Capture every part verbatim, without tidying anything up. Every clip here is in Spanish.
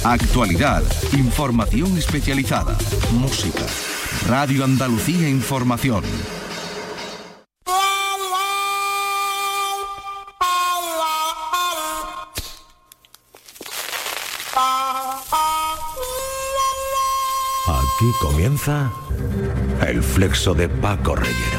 Actualidad, información especializada, música. Radio Andalucía Información. Aquí comienza el flexo de Paco Reyero.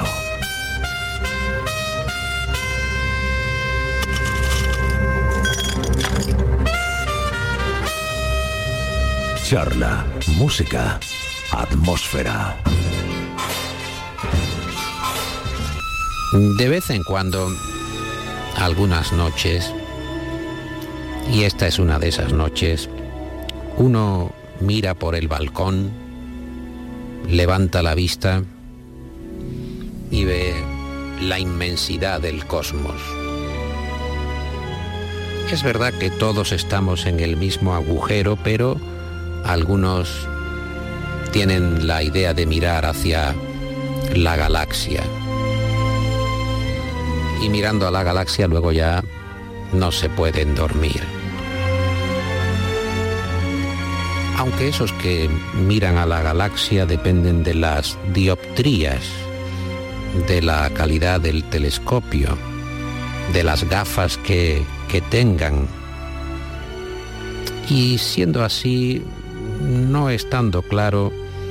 Charla, música, atmósfera. De vez en cuando, algunas noches, y esta es una de esas noches, uno mira por el balcón, levanta la vista y ve la inmensidad del cosmos. Es verdad que todos estamos en el mismo agujero, pero algunos tienen la idea de mirar hacia la galaxia. Y mirando a la galaxia luego ya no se pueden dormir. Aunque esos que miran a la galaxia dependen de las dioptrías, de la calidad del telescopio, de las gafas que, que tengan. Y siendo así, no estando claro,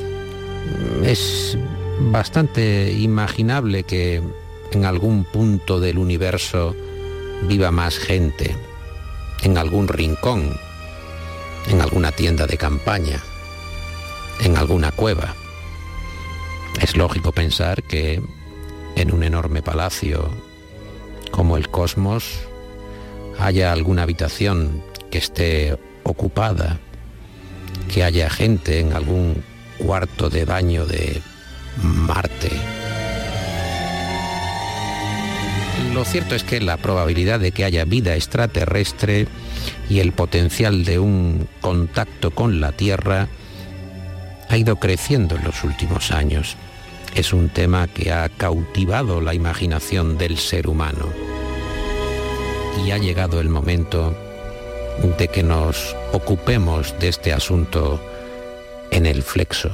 es bastante imaginable que en algún punto del universo viva más gente, en algún rincón, en alguna tienda de campaña, en alguna cueva. Es lógico pensar que en un enorme palacio como el Cosmos haya alguna habitación que esté ocupada, que haya gente en algún cuarto de baño de Marte. Lo cierto es que la probabilidad de que haya vida extraterrestre y el potencial de un contacto con la Tierra ha ido creciendo en los últimos años. Es un tema que ha cautivado la imaginación del ser humano. Y ha llegado el momento de que nos ocupemos de este asunto en el flexo.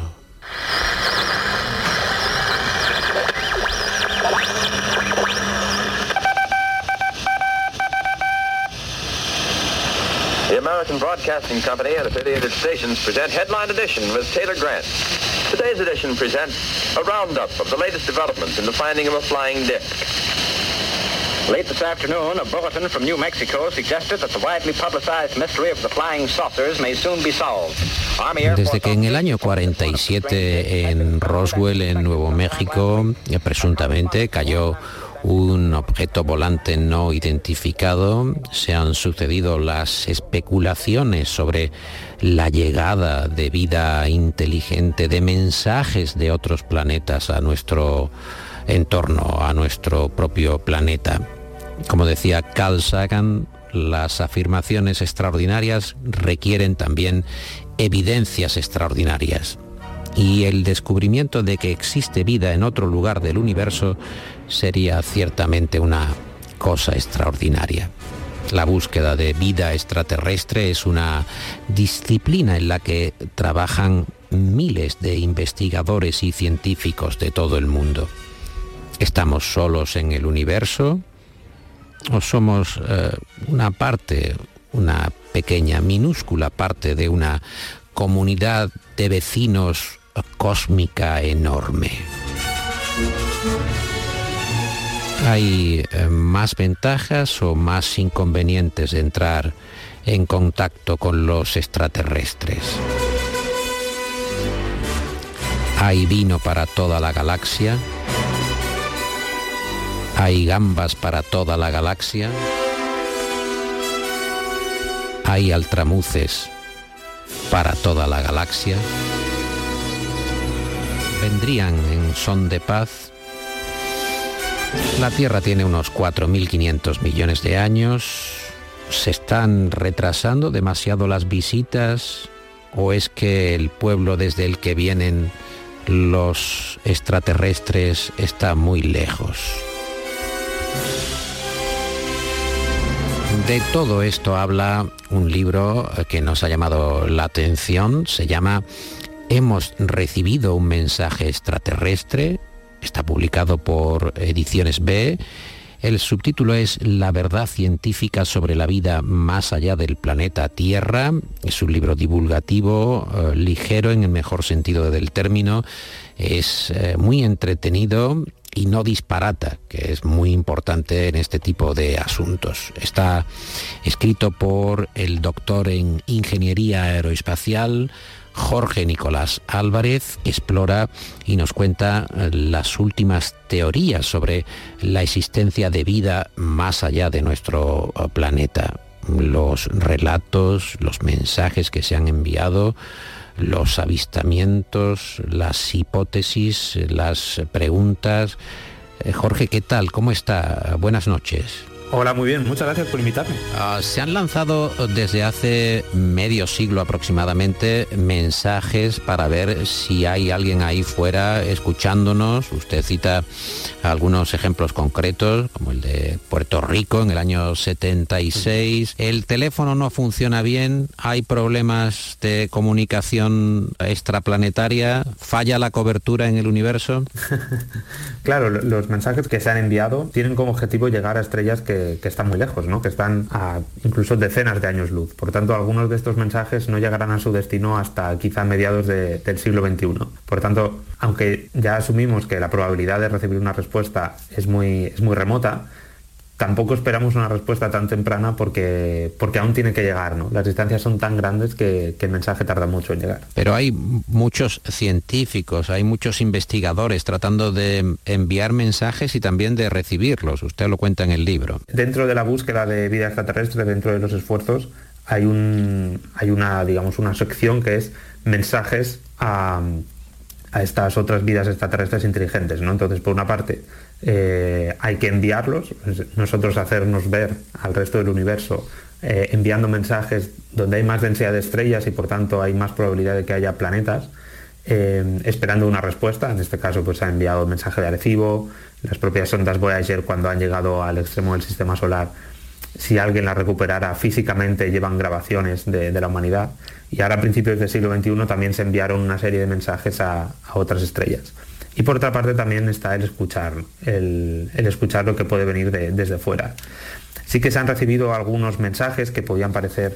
The American Broadcasting Company and affiliated stations present Headline Edition with Taylor Grant. Today's edition presents a roundup of the latest developments in the finding of a flying disc. Late this afternoon, a bulletin from New Mexico suggested that the widely publicized mystery of the flying saucers may soon be solved. Desde que en el año cuarenta y siete en Roswell, en Nuevo México, presuntamente cayó un objeto volante no identificado, se han sucedido las especulaciones sobre la llegada de vida inteligente, de mensajes de otros planetas a nuestro entorno, a nuestro propio planeta. Como decía Carl Sagan, las afirmaciones extraordinarias requieren también evidencias extraordinarias. Y el descubrimiento de que existe vida en otro lugar del universo sería ciertamente una cosa extraordinaria. La búsqueda de vida extraterrestre es una disciplina en la que trabajan miles de investigadores y científicos de todo el mundo. ¿Estamos solos en el universo? ¿O somos eh, una parte, una pequeña, minúscula parte de una comunidad de vecinos cósmica enorme? ¿Hay eh, más ventajas o más inconvenientes de entrar en contacto con los extraterrestres? ¿Hay vino para toda la galaxia? ¿Hay gambas para toda la galaxia? ¿Hay altramuces para toda la galaxia? ¿Vendrían en son de paz? La Tierra tiene unos cuatro mil quinientos millones de años. ¿Se están retrasando demasiado las visitas? ¿O es que el pueblo desde el que vienen los extraterrestres está muy lejos? De todo esto habla un libro que nos ha llamado la atención, se llama Hemos recibido un mensaje extraterrestre, está publicado por Ediciones B. El subtítulo es La verdad científica sobre la vida más allá del planeta Tierra. Es un libro divulgativo, eh, ligero en el mejor sentido del término. Es eh, muy entretenido y no disparata, que es muy importante en este tipo de asuntos. Está escrito por el doctor en Ingeniería Aeroespacial, Jorge Nicolás Álvarez, que explora y nos cuenta las últimas teorías sobre la existencia de vida más allá de nuestro planeta. Los relatos, los mensajes que se han enviado, los avistamientos, las hipótesis, las preguntas. Eh, Jorge, ¿qué tal? ¿Cómo está? Buenas noches. Hola, muy bien, muchas gracias por invitarme. Uh, se han lanzado desde hace medio siglo aproximadamente mensajes para ver si hay alguien ahí fuera escuchándonos. Usted cita algunos ejemplos concretos, como el de Puerto Rico en el año setenta y seis. El teléfono no funciona bien, hay problemas de comunicación extraplanetaria, falla la cobertura en el universo. Claro, los mensajes que se han enviado tienen como objetivo llegar a estrellas que que están muy lejos, ¿no? Que están a incluso decenas de años luz. Por tanto, algunos de estos mensajes no llegarán a su destino hasta quizá mediados de, del siglo veintiuno. Por tanto, aunque ya asumimos que la probabilidad de recibir una respuesta es muy, es muy remota, tampoco esperamos una respuesta tan temprana porque, porque aún tiene que llegar, ¿no? Las distancias son tan grandes que, que el mensaje tarda mucho en llegar. Pero hay muchos científicos, hay muchos investigadores tratando de enviar mensajes y también de recibirlos. Usted lo cuenta en el libro. Dentro de la búsqueda de vida extraterrestre, dentro de los esfuerzos, hay, un, hay una, digamos, una sección que es mensajes a, a estas otras vidas extraterrestres inteligentes, ¿no? Entonces, por una parte, Eh, hay que enviarlos, nosotros hacernos ver al resto del universo eh, enviando mensajes donde hay más densidad de estrellas y por tanto hay más probabilidad de que haya planetas, eh, esperando una respuesta. En este caso pues se ha enviado un mensaje de Arecibo, las propias sondas Voyager cuando han llegado al extremo del sistema solar, si alguien las recuperara físicamente llevan grabaciones de, de la humanidad, y ahora a principios del siglo veintiuno también se enviaron una serie de mensajes a, a otras estrellas. Y por otra parte también está el escuchar, el, el escuchar lo que puede venir de, desde fuera. Sí que se han recibido algunos mensajes que podían parecer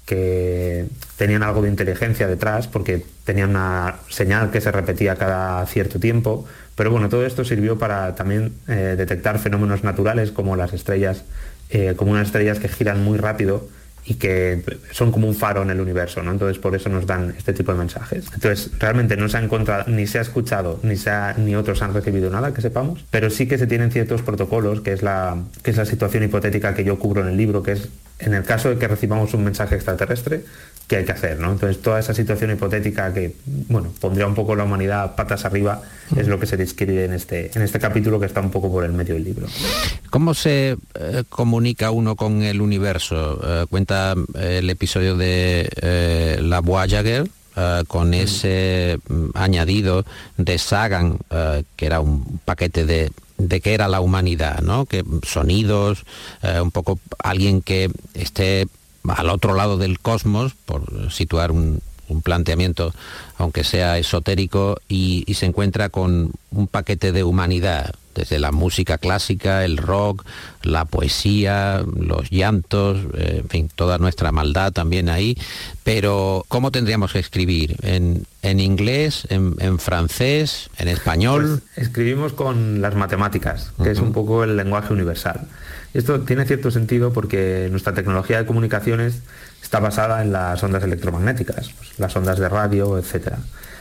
que tenían algo de inteligencia detrás, porque tenían una señal que se repetía cada cierto tiempo, pero bueno, todo esto sirvió para también eh, detectar fenómenos naturales como las estrellas, eh, como unas estrellas que giran muy rápido y que son como un faro en el universo, ¿no? Entonces por eso nos dan este tipo de mensajes. Entonces realmente no se ha encontrado, ni se ha escuchado, ni, se ha, ni otros han recibido nada que sepamos, pero sí que se tienen ciertos protocolos, que es, la, que es la situación hipotética que yo cubro en el libro, que es en el caso de que recibamos un mensaje extraterrestre, ¿qué hay que hacer, ¿no? Entonces toda esa situación hipotética que, bueno, pondría un poco la humanidad patas arriba, es lo que se describe en este, en este capítulo que está un poco por el medio del libro. ¿Cómo se eh, comunica uno con el universo? Eh, cuenta eh, el episodio de eh, la Voyager, eh, con ese mm, añadido de Sagan, eh, que era un paquete de de qué era la humanidad, ¿no? Que sonidos, eh, un poco alguien que esté al otro lado del cosmos, por situar un, un planteamiento, aunque sea esotérico, y, y se encuentra con un paquete de humanidad, desde la música clásica, el rock, la poesía, los llantos, eh, en fin, toda nuestra maldad también ahí. Pero ¿cómo tendríamos que escribir? ¿En, en inglés, en, en francés, en español? Pues escribimos con las matemáticas, que uh-huh. es un poco el lenguaje universal. Esto tiene cierto sentido porque nuestra tecnología de comunicaciones está basada en las ondas electromagnéticas, pues, las ondas de radio, etcétera.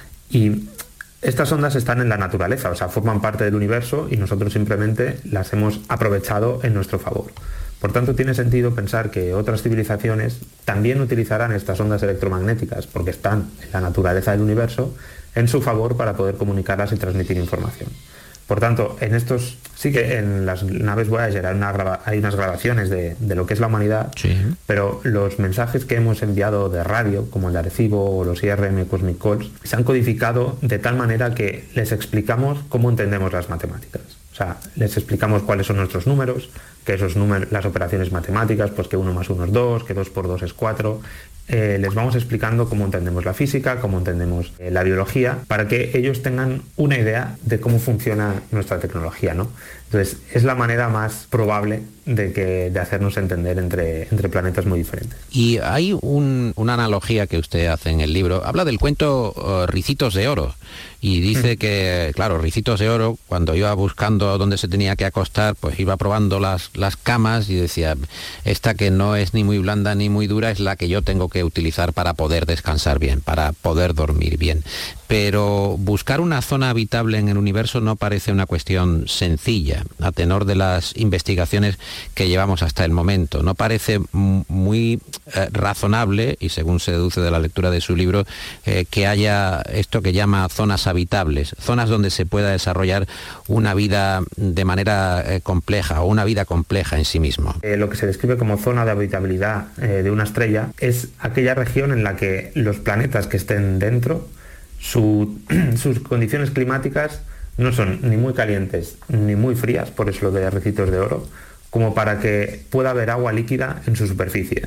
Y estas ondas están en la naturaleza, o sea, forman parte del universo y nosotros simplemente las hemos aprovechado en nuestro favor. Por tanto, tiene sentido pensar que otras civilizaciones también utilizarán estas ondas electromagnéticas, porque están en la naturaleza del universo, en su favor para poder comunicarlas y transmitir información. Por tanto, en estos, sí que en las naves Voyager hay, una grava, hay unas grabaciones de, de lo que es la humanidad, sí. Pero los mensajes que hemos enviado de radio, como el de Arecibo o los I R M Cosmic Calls, se han codificado de tal manera que les explicamos cómo entendemos las matemáticas. O sea, les explicamos cuáles son nuestros números, que esos números, las operaciones matemáticas, pues que uno más uno es dos, que dos por dos es cuatro. Eh, les vamos explicando cómo entendemos la física, cómo entendemos eh, la biología, para que ellos tengan una idea de cómo funciona nuestra tecnología, ¿no? Entonces, es la manera más probable de, que, de hacernos entender entre, entre planetas muy diferentes. Y hay un, una analogía que usted hace en el libro, habla del cuento uh, Ricitos de Oro, y dice mm. que, claro, Ricitos de Oro, cuando iba buscando dónde se tenía que acostar, pues iba probando las, las camas y decía, esta que no es ni muy blanda ni muy dura es la que yo tengo que utilizar para poder descansar bien, para poder dormir bien. Pero buscar una zona habitable en el universo no parece una cuestión sencilla, a tenor de las investigaciones que llevamos hasta el momento. No parece muy eh, razonable, y según se deduce de la lectura de su libro, eh, que haya esto que llama zonas habitables, zonas donde se pueda desarrollar una vida de manera eh, compleja, o una vida compleja en sí mismo. Eh, lo que se describe como zona de habitabilidad eh, de una estrella es aquella región en la que los planetas que estén dentro, su, sus condiciones climáticas no son ni muy calientes ni muy frías, por eso lo de Ricitos de Oro, como para que pueda haber agua líquida en su superficie.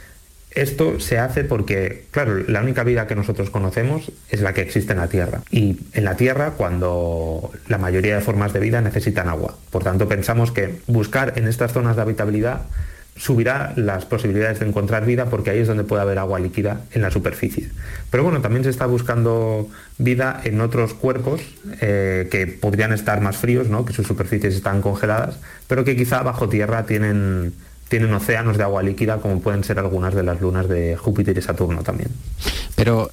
Esto se hace porque, claro, la única vida que nosotros conocemos es la que existe en la Tierra. Y en la Tierra, cuando la mayoría de formas de vida necesitan agua. Por tanto, pensamos que buscar en estas zonas de habitabilidad subirá las posibilidades de encontrar vida, porque ahí es donde puede haber agua líquida en la superficie. Pero bueno, también se está buscando vida en otros cuerpos eh, que podrían estar más fríos, ¿no? Que sus superficies están congeladas, pero que quizá bajo tierra tienen, tienen océanos de agua líquida, como pueden ser algunas de las lunas de Júpiter y Saturno también. Pero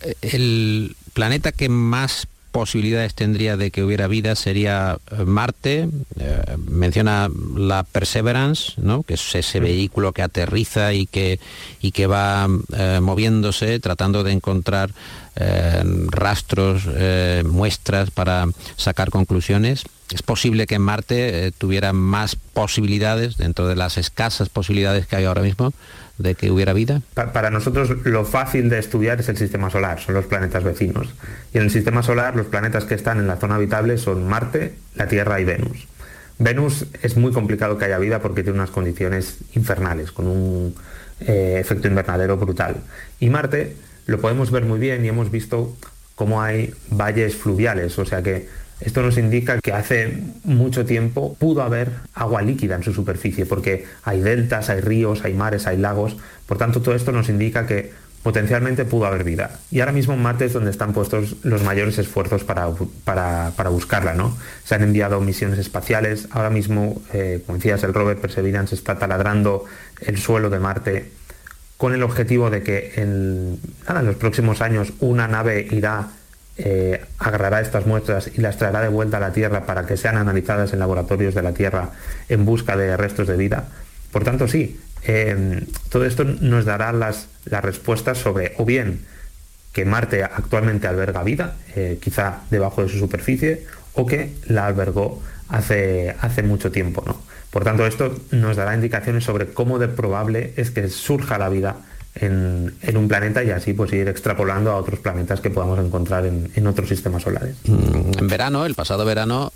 el planeta que más posibilidades tendría de que hubiera vida sería Marte. Eh, menciona la Perseverance, ¿no? Que es ese vehículo que aterriza y que, y que va eh, moviéndose, tratando de encontrar eh, rastros, eh, muestras para sacar conclusiones. Es posible que en Marte eh, tuviera más posibilidades, dentro de las escasas posibilidades que hay ahora mismo, de que hubiera vida. Para nosotros lo fácil de estudiar es el sistema solar, son los planetas vecinos. Y en el sistema solar los planetas que están en la zona habitable son Marte, la Tierra y Venus. Venus es muy complicado que haya vida porque tiene unas condiciones infernales, con un eh, efecto invernadero brutal. Y Marte lo podemos ver muy bien y hemos visto cómo hay valles fluviales, o sea que esto nos indica que hace mucho tiempo pudo haber agua líquida en su superficie, porque hay deltas, hay ríos, hay mares, hay lagos. Por tanto, todo esto nos indica que potencialmente pudo haber vida. Y ahora mismo en Marte es donde están puestos los mayores esfuerzos para, para, para buscarla, ¿no? Se han enviado misiones espaciales. Ahora mismo, eh, como decías, el rover Perseverance está taladrando el suelo de Marte con el objetivo de que en, nada, en los próximos años una nave irá Eh, agarrará estas muestras y las traerá de vuelta a la Tierra para que sean analizadas en laboratorios de la Tierra en busca de restos de vida. Por tanto, sí, eh, todo esto nos dará las, las respuestas sobre, o bien, que Marte actualmente alberga vida, eh, quizá debajo de su superficie, o que la albergó hace, hace mucho tiempo, ¿no? Por tanto, esto nos dará indicaciones sobre cómo de probable es que surja la vida En, en un planeta, y así pues ir extrapolando a otros planetas que podamos encontrar en, en otros sistemas solares. En verano, el pasado verano,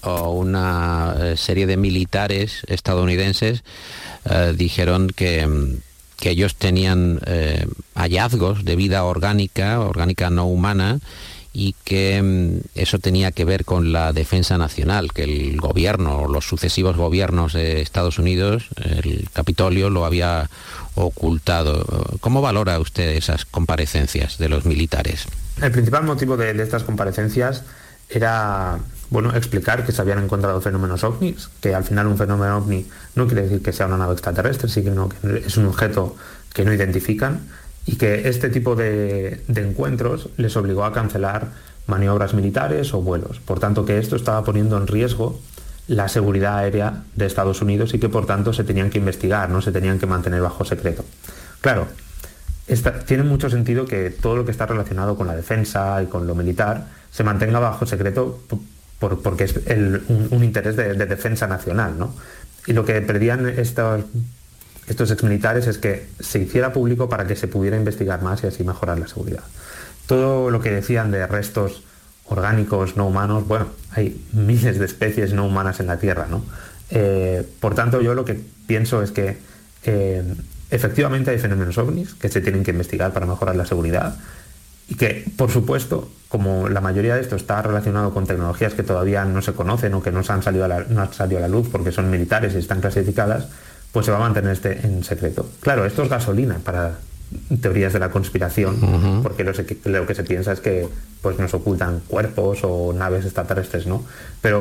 una serie de militares estadounidenses eh, dijeron que, que ellos tenían eh, hallazgos de vida orgánica, orgánica no humana, y que eso tenía que ver con la defensa nacional, que el gobierno, los sucesivos gobiernos de Estados Unidos, el Capitolio, lo había ocultado. ¿Cómo valora usted esas comparecencias de los militares? El principal motivo de, de estas comparecencias era, bueno, explicar que se habían encontrado fenómenos ovnis, que al final un fenómeno ovni no quiere decir que sea una nave extraterrestre, sino que es un objeto que no identifican, y que este tipo de, de encuentros les obligó a cancelar maniobras militares o vuelos. Por tanto, que esto estaba poniendo en riesgo la seguridad aérea de Estados Unidos y que por tanto se tenían que investigar, no se tenían que mantener bajo secreto. Claro, esta, tiene mucho sentido que todo lo que está relacionado con la defensa y con lo militar se mantenga bajo secreto por, porque es el, un, un interés de, de defensa nacional, ¿no? Y lo que pedían estos, estos exmilitares es que se hiciera público para que se pudiera investigar más y así mejorar la seguridad. Todo lo que decían de restos orgánicos no humanos, bueno, hay miles de especies no humanas en la Tierra, ¿no? Eh, por tanto, yo lo que pienso es que eh, efectivamente hay fenómenos ovnis que se tienen que investigar para mejorar la seguridad y que, por supuesto, como la mayoría de esto está relacionado con tecnologías que todavía no se conocen o que no, se han, salido a la, no han salido a la luz porque son militares y están clasificadas, pues se va a mantener este en secreto. Claro, esto es gasolina para teorías de la conspiración, uh-huh. porque lo, se, lo que se piensa es que pues, nos ocultan cuerpos o naves extraterrestres, ¿no? Pero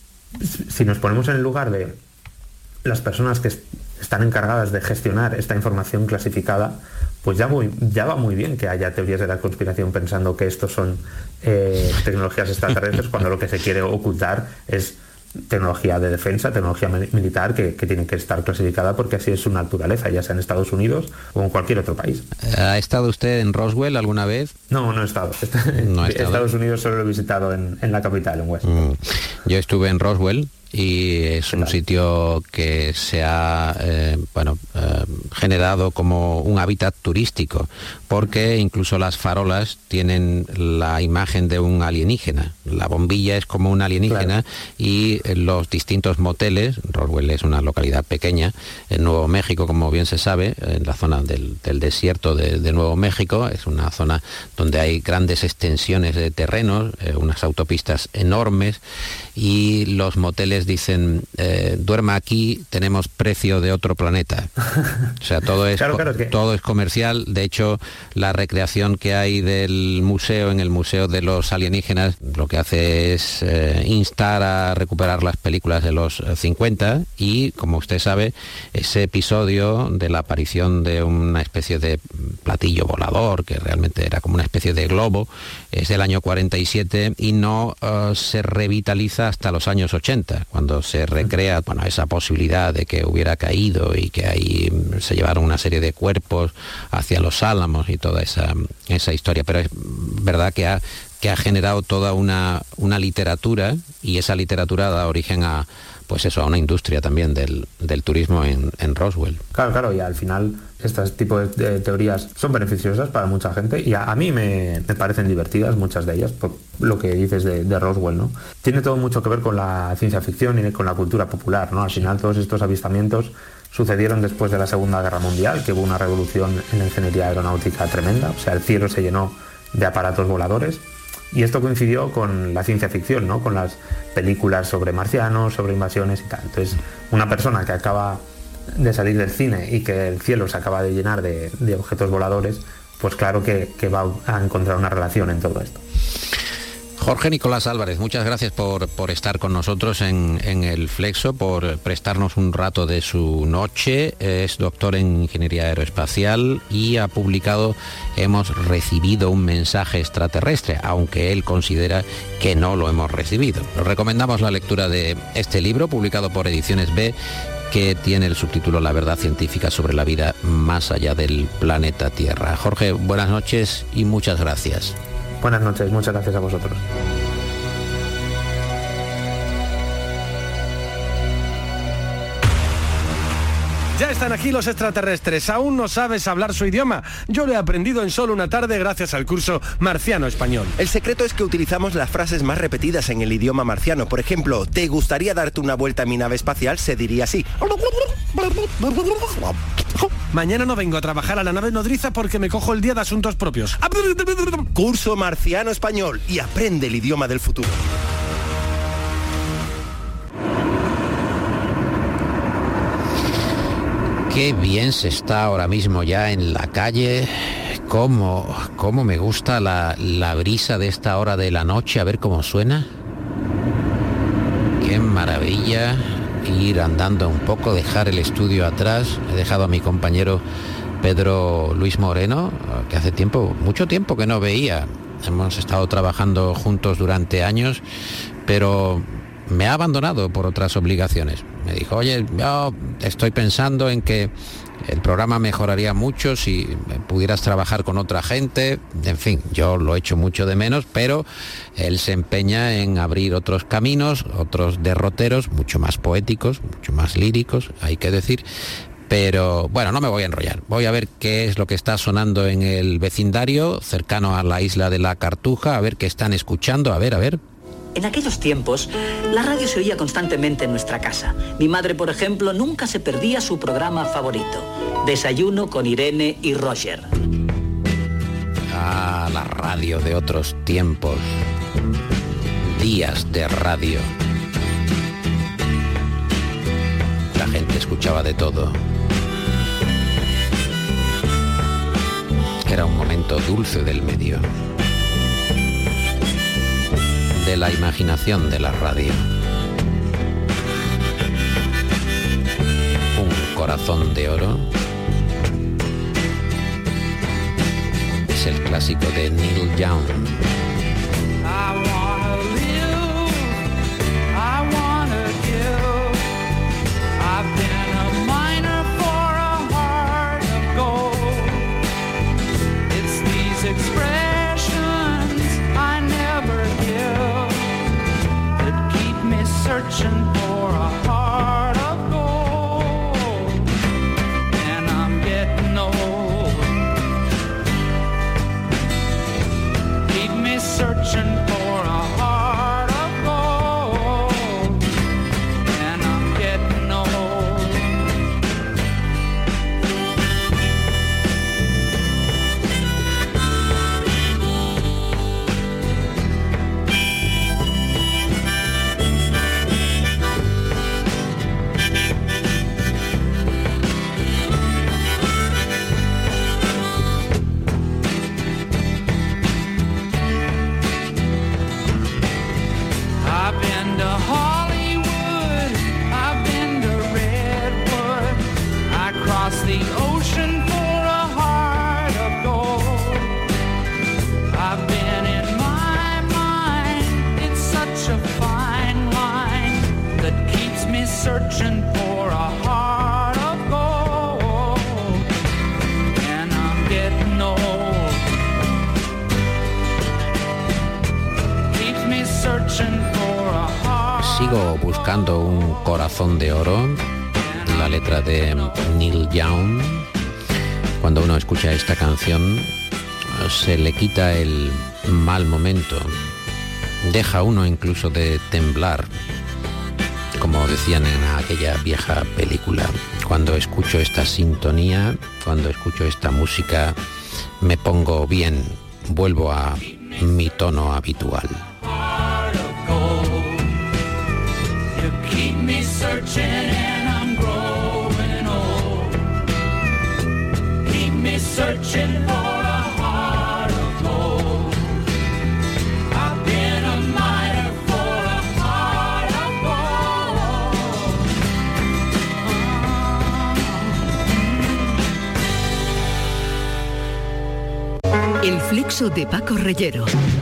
si nos ponemos en el lugar de las personas que est- están encargadas de gestionar esta información clasificada, pues ya, muy, ya va muy bien que haya teorías de la conspiración pensando que estos son eh, tecnologías extraterrestres cuando lo que se quiere ocultar es tecnología de defensa, tecnología militar que, que tiene que estar clasificada porque así es su naturaleza, ya sea en Estados Unidos o en cualquier otro país. ¿Ha estado usted en Roswell alguna vez? No, no he estado. No he estado. Estados Unidos solo lo he visitado en, en la capital, en Washington. Mm. Yo estuve en Roswell y es un sitio que se ha eh, bueno, eh, generado como un hábitat turístico, porque incluso las farolas tienen la imagen de un alienígena. La bombilla es como un alienígena, claro. Y los distintos moteles, Roswell es una localidad pequeña en Nuevo México, como bien se sabe, en la zona del, del desierto de, de Nuevo México, es una zona donde hay grandes extensiones de terrenos, eh, unas autopistas enormes, y los moteles dicen, eh, duerma aquí, tenemos precio de otro planeta. O sea, todo es, claro, claro, es que... todo es comercial. De hecho, la recreación que hay del museo, en el Museo de los Alienígenas, lo que hace es eh, instar a recuperar las películas de los cincuenta y, como usted sabe, ese episodio de la aparición de una especie de platillo volador, que realmente era como una especie de globo, es del año cuarenta y siete y no uh, se revitaliza hasta los años ochenta, cuando se recrea, bueno, esa posibilidad de que hubiera caído y que ahí se llevaron una serie de cuerpos hacia los Álamos y toda esa, esa historia. Pero es verdad que ha, que ha generado toda una, una literatura, y esa literatura da origen a, pues eso, a una industria también del, del turismo en, en Roswell. Claro, claro, y al final este tipo de, de teorías son beneficiosas para mucha gente y a, a mí me, me parecen divertidas muchas de ellas, por lo que dices de, de Roswell, ¿no? Tiene todo mucho que ver con la ciencia ficción y con la cultura popular, ¿no? Al final todos estos avistamientos sucedieron después de la Segunda Guerra Mundial, que hubo una revolución en la ingeniería aeronáutica tremenda, o sea, el cielo se llenó de aparatos voladores. Y esto coincidió con la ciencia ficción, ¿no? Con las películas sobre marcianos, sobre invasiones y tal. Entonces, una persona que acaba de salir del cine y que el cielo se acaba de llenar de, de objetos voladores, pues claro que, que va a encontrar una relación en todo esto. Jorge Nicolás Álvarez, muchas gracias por, por estar con nosotros en, en El Flexo, por prestarnos un rato de su noche. Es doctor en Ingeniería Aeroespacial y ha publicado Hemos recibido un mensaje extraterrestre, aunque él considera que no lo hemos recibido. Nos recomendamos la lectura de este libro, publicado por Ediciones B, que tiene el subtítulo La verdad científica sobre la vida más allá del planeta Tierra. Jorge, buenas noches y muchas gracias. Buenas noches, muchas gracias a vosotros. Ya están aquí los extraterrestres. ¿Aún no sabes hablar su idioma? Yo lo he aprendido en solo una tarde gracias al curso Marciano Español. El secreto es que utilizamos las frases más repetidas en el idioma marciano. Por ejemplo, ¿te gustaría darte una vuelta a mi nave espacial? Se diría así. Mañana no vengo a trabajar a la nave nodriza porque me cojo el día de asuntos propios. Curso Marciano Español y aprende el idioma del futuro. Qué bien se está ahora mismo ya en la calle. Cómo, cómo me gusta la, la brisa de esta hora de la noche. A ver cómo suena. Qué maravilla ir andando un poco, dejar el estudio atrás. He dejado a mi compañero Pedro Luis Moreno, que hace tiempo, mucho tiempo que no veía. Hemos estado trabajando juntos durante años, pero me ha abandonado por otras obligaciones. Me dijo, oye, yo estoy pensando en que el programa mejoraría mucho si pudieras trabajar con otra gente. En fin, yo lo echo mucho de menos, pero él se empeña en abrir otros caminos, otros derroteros, mucho más poéticos, mucho más líricos, hay que decir. Pero bueno, no me voy a enrollar. Voy a ver qué es lo que está sonando en el vecindario, cercano a la isla de la Cartuja, a ver qué están escuchando, a ver, a ver. En aquellos tiempos, la radio se oía constantemente en nuestra casa. Mi madre, por ejemplo, nunca se perdía su programa favorito, Desayuno con Irene y Roger. Ah, la radio de otros tiempos. Días de radio. La gente escuchaba de todo. Era un momento dulce del medio, de la imaginación de la radio. Un corazón de oro es el clásico de Neil Young. Searching for a heart of gold, and I'm getting old. Keep me searching for a heart of gold, and I'm getting old. The ocean for a heart of gold. I've been in my mind, it's such a fine line that keeps me searching for a heart of gold, and I'm getting old. Keeps me searching for a heart. Sigo buscando un corazón de oro. La letra de Neil Young. Cuando uno escucha esta canción se le quita el mal momento, deja uno incluso de temblar, como decían en aquella vieja película. Cuando escucho esta sintonía, cuando escucho esta música, me pongo bien, vuelvo a mi tono habitual. Searching for a heart of gold. I've been a miner for a heart of gold. El flexo de Paco Reyero.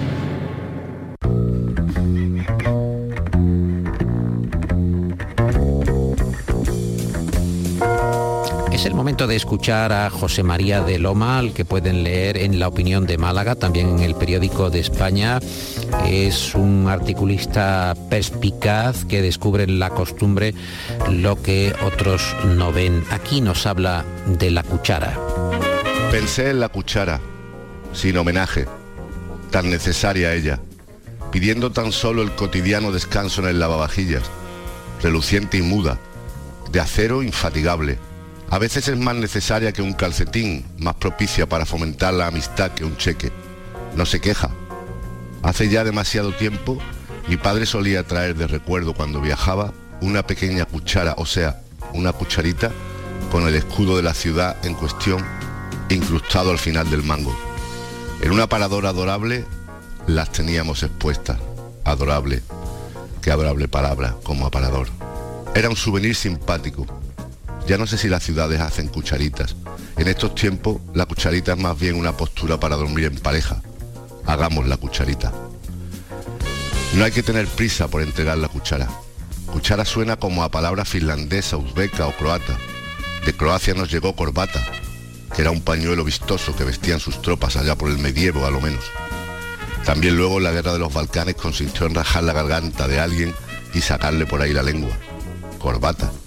Es el momento de escuchar a José María de Loma, al que pueden leer en La Opinión de Málaga, también en el Periódico de España. Es un articulista perspicaz que descubre en la costumbre lo que otros no ven. Aquí nos habla de la cuchara. Pensé en la cuchara, sin homenaje, tan necesaria ella, pidiendo tan solo el cotidiano descanso en el lavavajillas, reluciente y muda, de acero infatigable. A veces es más necesaria que un calcetín, más propicia para fomentar la amistad que un cheque. No se queja. Hace ya demasiado tiempo, mi padre solía traer de recuerdo cuando viajaba una pequeña cuchara, o sea, una cucharita con el escudo de la ciudad en cuestión incrustado al final del mango. En un aparador adorable las teníamos expuestas. Adorable. Qué adorable palabra, como aparador. Era un souvenir simpático. Ya no sé si las ciudades hacen cucharitas. En estos tiempos, la cucharita es más bien una postura para dormir en pareja. Hagamos la cucharita. No hay que tener prisa por entregar la cuchara. Cuchara suena como a palabra finlandesa, uzbeca o croata. De Croacia nos llegó corbata, que era un pañuelo vistoso que vestían sus tropas allá por el medievo, a lo menos. También luego la guerra de los Balcanes consistió en rajar la garganta de alguien y sacarle por ahí la lengua. Corbata.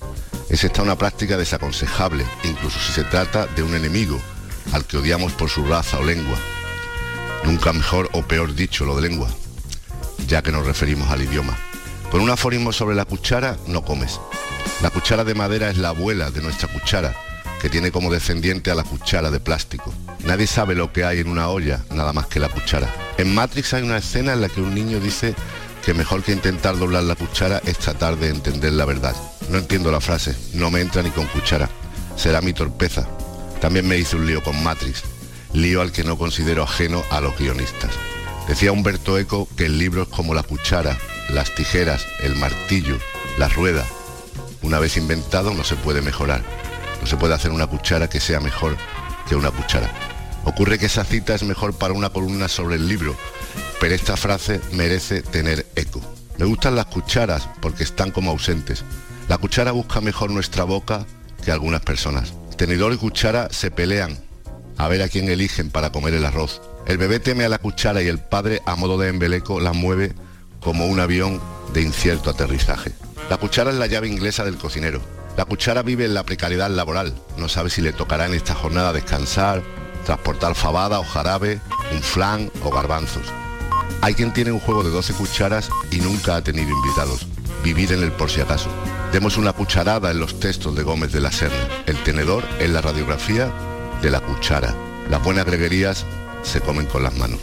Es esta una práctica desaconsejable, incluso si se trata de un enemigo, al que odiamos por su raza o lengua. Nunca mejor o peor dicho lo de lengua, ya que nos referimos al idioma. Con un aforismo sobre la cuchara, no comes. La cuchara de madera es la abuela de nuestra cuchara, que tiene como descendiente a la cuchara de plástico. Nadie sabe lo que hay en una olla, nada más que la cuchara. En Matrix hay una escena en la que un niño dice que mejor que intentar doblar la cuchara es tratar de entender la verdad. No entiendo la frase, no me entra ni con cuchara. Será mi torpeza. También me hice un lío con Matrix, lío al que no considero ajeno a los guionistas. Decía Humberto Eco que el libro es como la cuchara, las tijeras, el martillo, la rueda. Una vez inventado no se puede mejorar. No se puede hacer una cuchara que sea mejor que una cuchara. Ocurre que esa cita es mejor para una columna sobre el libro, pero esta frase merece tener eco. Me gustan las cucharas porque están como ausentes. La cuchara busca mejor nuestra boca que algunas personas. Tenedor y cuchara se pelean a ver a quién eligen para comer el arroz. El bebé teme a la cuchara y el padre, a modo de embeleco, la mueve como un avión de incierto aterrizaje. La cuchara es la llave inglesa del cocinero. La cuchara vive en la precariedad laboral. No sabe si le tocará en esta jornada descansar, transportar fabada o jarabe, un flan o garbanzos. Hay quien tiene un juego de doce cucharas y nunca ha tenido invitados. Vivir en el por si acaso. Demos una cucharada en los textos de Gómez de la Serna. El tenedor es la radiografía de la cuchara. Las buenas greguerías se comen con las manos.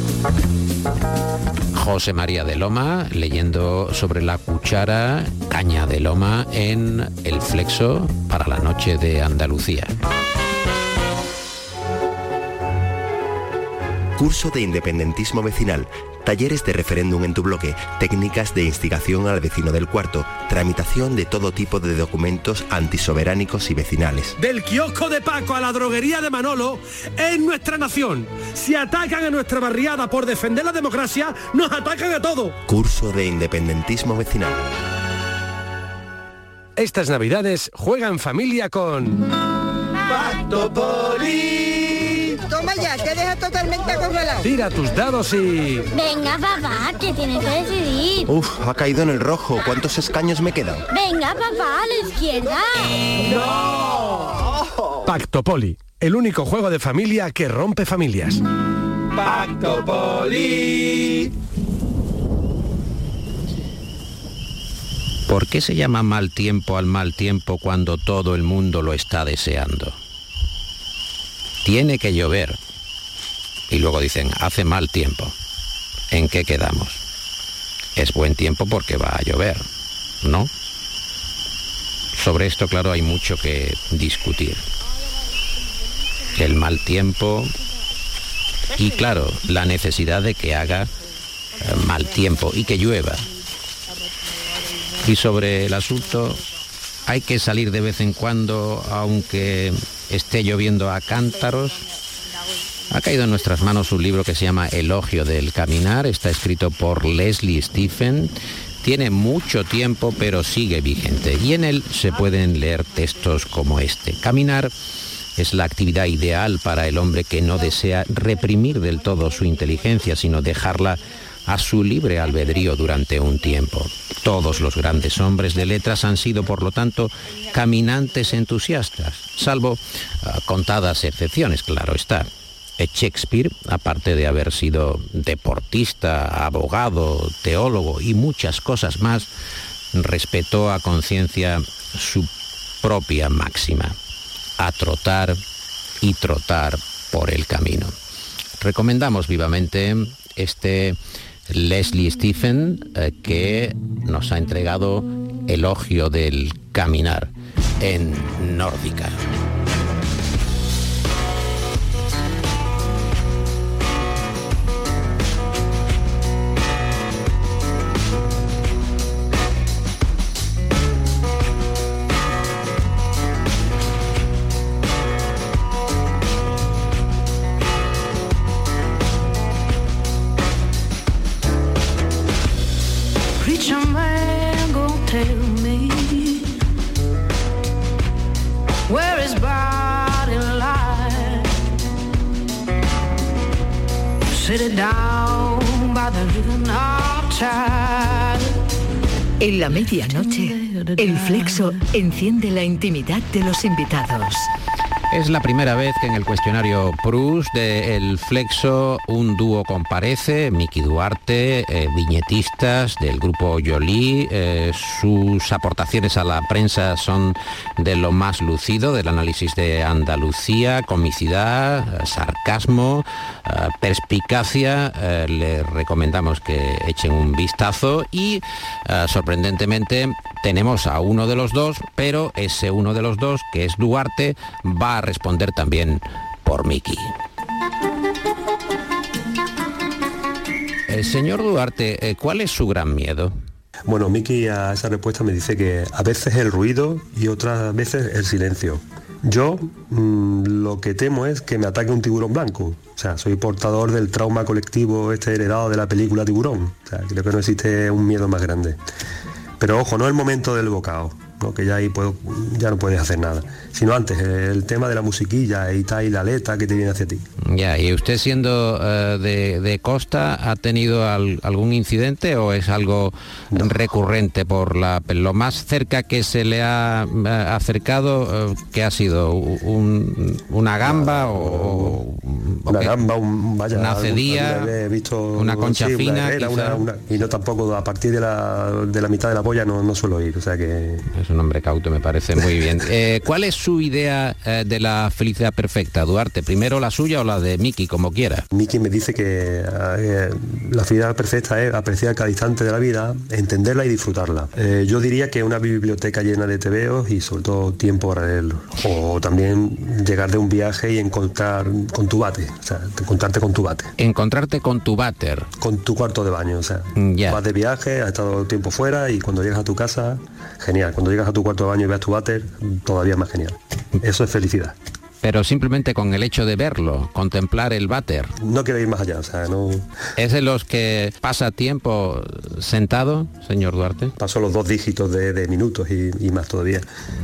José María de Loma leyendo sobre la cuchara, caña de loma en El Flexo para la noche de Andalucía. Curso de independentismo vecinal, talleres de referéndum en tu bloque, técnicas de instigación al vecino del cuarto, tramitación de todo tipo de documentos antisoberánicos y vecinales. Del kiosco de Paco a la droguería de Manolo, es nuestra nación. Si atacan a nuestra barriada por defender la democracia, nos atacan a todos. Curso de independentismo vecinal. Estas navidades juega en familia con... Pacto Poli. Toma ya, te deja totalmente acorralado. Tira tus dados y... Venga, papá, que tienes que decidir. Uf, ha caído en el rojo. ¿Cuántos escaños me quedan? Venga, papá, a la izquierda. ¡No! Pacto Poli, el único juego de familia que rompe familias. Pacto Poli. ¿Por qué se llama mal tiempo al mal tiempo cuando todo el mundo lo está deseando? Tiene que llover. Y luego dicen, hace mal tiempo. ¿En qué quedamos? Es buen tiempo porque va a llover, ¿no? Sobre esto, claro, hay mucho que discutir. El mal tiempo y, claro, la necesidad de que haga eh, mal tiempo y que llueva. Y sobre el asunto, hay que salir de vez en cuando, aunque esté lloviendo a cántaros. Ha caído en nuestras manos un libro que se llama Elogio del Caminar, está escrito por Leslie Stephen, tiene mucho tiempo pero sigue vigente y en él se pueden leer textos como este. Caminar es la actividad ideal para el hombre que no desea reprimir del todo su inteligencia, sino dejarla a su libre albedrío durante un tiempo. Todos los grandes hombres de letras han sido, por lo tanto, caminantes entusiastas, salvo uh, contadas excepciones, claro está. Shakespeare, aparte de haber sido deportista, abogado, teólogo y muchas cosas más, respetó a conciencia su propia máxima: a trotar y trotar por el camino. Recomendamos vivamente este Leslie Stephen, eh, que nos ha entregado Elogio del Caminar en Nórdica. En la medianoche, El Flexo enciende la intimidad de los invitados. Es la primera vez que en el cuestionario Proust de El Flexo un dúo comparece, Miki Duarte, eh, viñetistas del grupo Jolie. Eh, sus aportaciones a la prensa son de lo más lucido, del análisis de Andalucía, comicidad, eh, sarcasmo, eh, perspicacia. Eh, les recomendamos que echen un vistazo y, eh, sorprendentemente, tenemos a uno de los dos, pero ese uno de los dos, que es Duarte, va a responder también por Miki. El señor Duarte, ¿cuál es su gran miedo? Bueno, Miki a esa respuesta me dice que a veces el ruido y otras veces el silencio. Yo mmm, lo que temo es que me ataque un tiburón blanco. O sea, soy portador del trauma colectivo este heredado de la película Tiburón. O sea, creo que no existe un miedo más grande. Pero ojo, no el momento del bocado, ¿no? Que ya ahí puedo, ya no puedes hacer nada, sino antes, el tema de la musiquilla y tal, y la aleta que te viene hacia ti. Ya, ¿y usted siendo uh, de, de costa ha tenido al, algún incidente o es algo no. recurrente por la lo más cerca que se le ha uh, acercado, uh, que ha sido un, una gamba no, o una okay. gamba, un, vaya, una cedilla, he visto, una concha sí, fina, una herrera, una, una, y no tampoco a partir de la, de la mitad de la polla no, no suelo ir, o sea que es un hombre cauto, me parece muy bien. Eh, ¿Cuál es su idea eh, de la felicidad perfecta, Duarte? ¿Primero la suya o la de Miki, como quiera? Miki me dice que eh, la felicidad perfecta es apreciar cada instante de la vida, entenderla y disfrutarla. Eh, yo diría que una biblioteca llena de tebeos y sobre todo tiempo para leerlo. O también llegar de un viaje y encontrar con tu bate, o sea, encontrarte con tu bate. Encontrarte con tu váter. Con tu cuarto de baño, o sea, yeah. vas de viaje, has estado tiempo fuera y cuando llegas a tu casa, genial. Cuando llegas a tu cuarto de baño y ves tu váter, todavía más genial. Eso es felicidad. Pero simplemente con el hecho de verlo, contemplar el váter. No quiero ir más allá, o sea, no... ¿Es de los que pasa tiempo sentado, señor Duarte? Paso los dos dígitos de, de minutos y, y más todavía.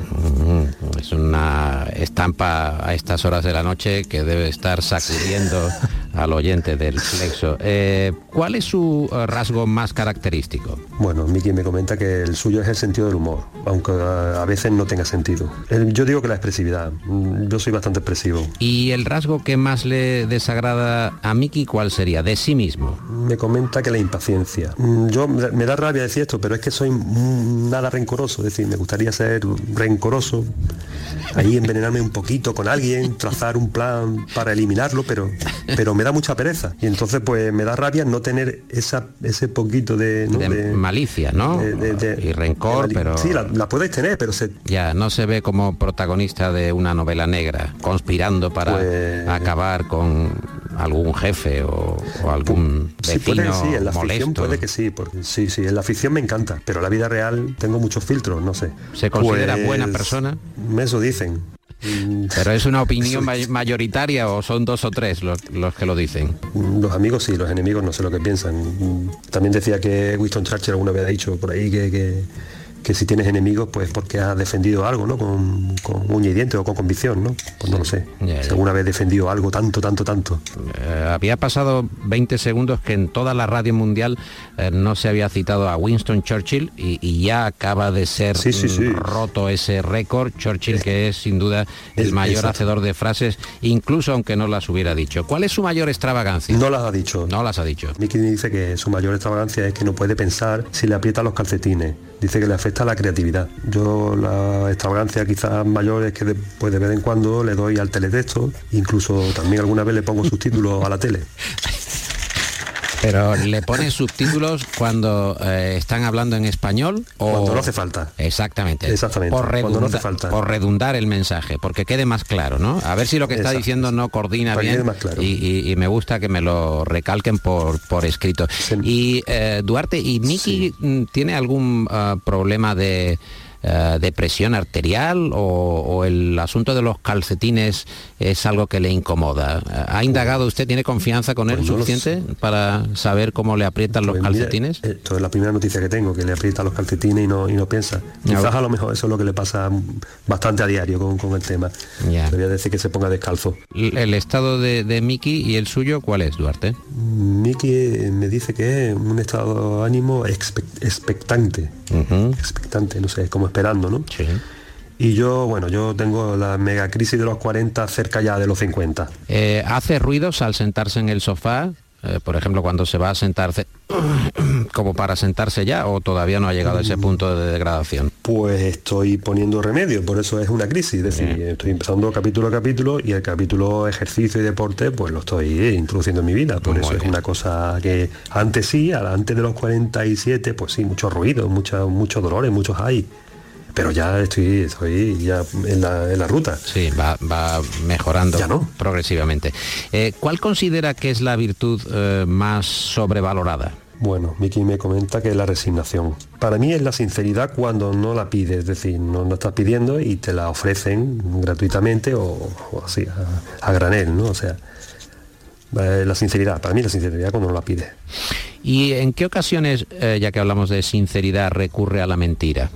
Es una estampa a estas horas de la noche que debe estar sacudiendo al oyente del Flexo. Eh, ¿Cuál es su rasgo más característico? Bueno, Miki me comenta que el suyo es el sentido del humor, aunque a, a veces no tenga sentido. El, yo digo que la expresividad. Yo soy bastante expresivo. ¿Y el rasgo que más le desagrada a Miki cuál sería, de sí mismo? Me comenta que la impaciencia. Yo me da rabia decir esto, pero es que soy nada rencoroso, es decir, me gustaría ser rencoroso, ahí envenenarme un poquito con alguien, trazar un plan para eliminarlo, pero, pero me da mucha pereza. Y entonces pues me da rabia no tener esa, ese poquito de, ¿no? de, de malicia, ¿no? De, de, de, y rencor, pero... Sí, la, la puedes tener, pero se... Ya, no se ve como protagonista de una novela negra, conspirando para pues... acabar con algún jefe o, o algún vecino sí, puede, sí, en la molesto. Ficción puede que sí, porque sí, sí, en la ficción me encanta, pero en la vida real tengo muchos filtros, no sé. ¿Se considera pues, buena persona? Eso dicen. ¿Pero es una opinión mayoritaria o son dos o tres los, los que lo dicen? Los amigos sí, los enemigos no sé lo que piensan. También decía que Winston Churchill alguna vez ha dicho por ahí que... que que si tienes enemigos, pues porque has defendido algo, ¿no? Con, con uña y diente o con convicción, ¿no? Pues no lo sé. Ya, si alguna vez he defendido algo tanto, tanto, tanto. Eh, había pasado veinte segundos que en toda la radio mundial eh, no se había citado a Winston Churchill y, y ya acaba de ser sí, sí, sí. roto ese récord. Churchill, es, que es sin duda el es, mayor exacto. hacedor de frases, incluso aunque no las hubiera dicho. ¿Cuál es su mayor extravagancia? No las ha dicho. No las ha dicho. Miki dice que su mayor extravagancia es que no puede pensar si le aprietan los calcetines. Dice que le afecta la creatividad. Yo la extravagancia quizás mayor es que después de vez en cuando le doy al teletexto, incluso también alguna vez le pongo subtítulos a la tele. Pero le ponen subtítulos cuando eh, están hablando en español o cuando no hace falta. Exactamente. Exactamente. Por redunda, cuando no hace falta. Por redundar el mensaje, porque quede más claro, ¿no? A ver si lo que está Exacto. diciendo no coordina Para bien. Más claro. y, y, y me gusta que me lo recalquen por, por escrito. Sí. Y eh, Duarte, ¿y Miki sí. tiene algún uh, problema de Uh, de presión arterial o, o el asunto de los calcetines es algo que le incomoda? ¿Ha indagado usted, tiene confianza con él pues suficiente para saber cómo le aprietan pues los calcetines? Mira, esto es la primera noticia que tengo, que le aprieta los calcetines y no, y no piensa. Quizás a lo mejor eso es lo que le pasa bastante a diario con, con el tema. Ya. Le voy a decir que se ponga descalzo. ¿El estado de, de Miki y el suyo cuál es, Duarte? Miki me dice que es un estado de ánimo expect, expectante. Uh-huh. Expectante, no sé cómo esperando, ¿no? Sí. Y yo, bueno, yo tengo la mega crisis de los cuarenta cerca ya de los cincuenta. Eh, ¿Hace ruidos al sentarse en el sofá? Eh, por ejemplo, cuando se va a sentarse, como para sentarse ya, o todavía no ha llegado a ese punto de degradación. Pues estoy poniendo remedio, por eso es una crisis, es decir, Bien. estoy empezando capítulo a capítulo y el capítulo ejercicio y deporte pues lo estoy introduciendo en mi vida, por Muy eso bien. Es una cosa que antes sí, antes de los cuarenta y siete, pues sí, muchos ruidos, muchos muchos dolores, muchos hay. Pero ya estoy, estoy ya en la, en la ruta. Sí, va, va mejorando ya no. progresivamente. Eh, ¿Cuál considera que es la virtud eh, más sobrevalorada? Bueno, Miki me comenta que es la resignación. Para mí es la sinceridad cuando no la pides, es decir, no la estás pidiendo y te la ofrecen gratuitamente o, o así, a, a granel, ¿no? O sea, eh, la sinceridad, para mí la sinceridad cuando no la pides. ¿Y en qué ocasiones, eh, ya que hablamos de sinceridad, recurre a la mentira?